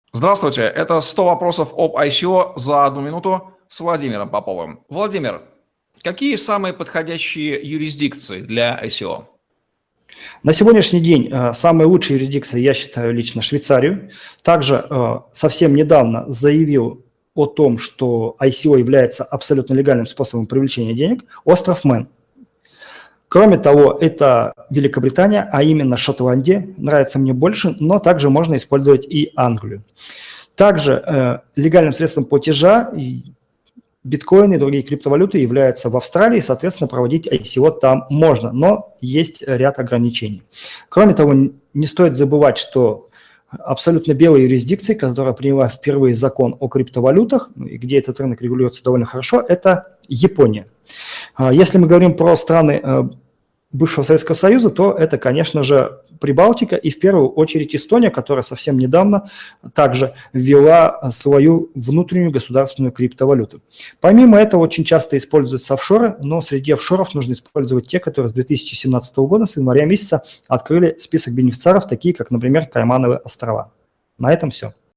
Здравствуйте, это 100 вопросов об ICO за 1 минуту с Владимиром Поповым. Владимир, какие самые подходящие юрисдикции для ICO? На сегодняшний день самой лучшей юрисдикцией я считаю лично Швейцарию. Также совсем недавно заявил о том, что ICO является абсолютно легальным способом привлечения денег остров Мэн. Кроме того, это Великобритания, а именно Шотландия, нравится мне больше, но также можно использовать и Англию. Также легальным средством платежа биткоины и другие криптовалюты являются в Австралии, соответственно, проводить ICO там можно, но есть ряд ограничений. Кроме того, не стоит забывать, что абсолютно белой юрисдикцией, которая приняла впервые закон о криптовалютах, и где этот рынок регулируется довольно хорошо, это Япония. Если мы говорим про страны бывшего Советского Союза, то это, конечно же, Прибалтика и в первую очередь Эстония, которая совсем недавно также ввела свою внутреннюю государственную криптовалюту. Помимо этого очень часто используются офшоры, но среди офшоров нужно использовать те, которые с 2017 года, с января месяца, открыли список бенефициаров, такие как, например, Каймановы острова. На этом все.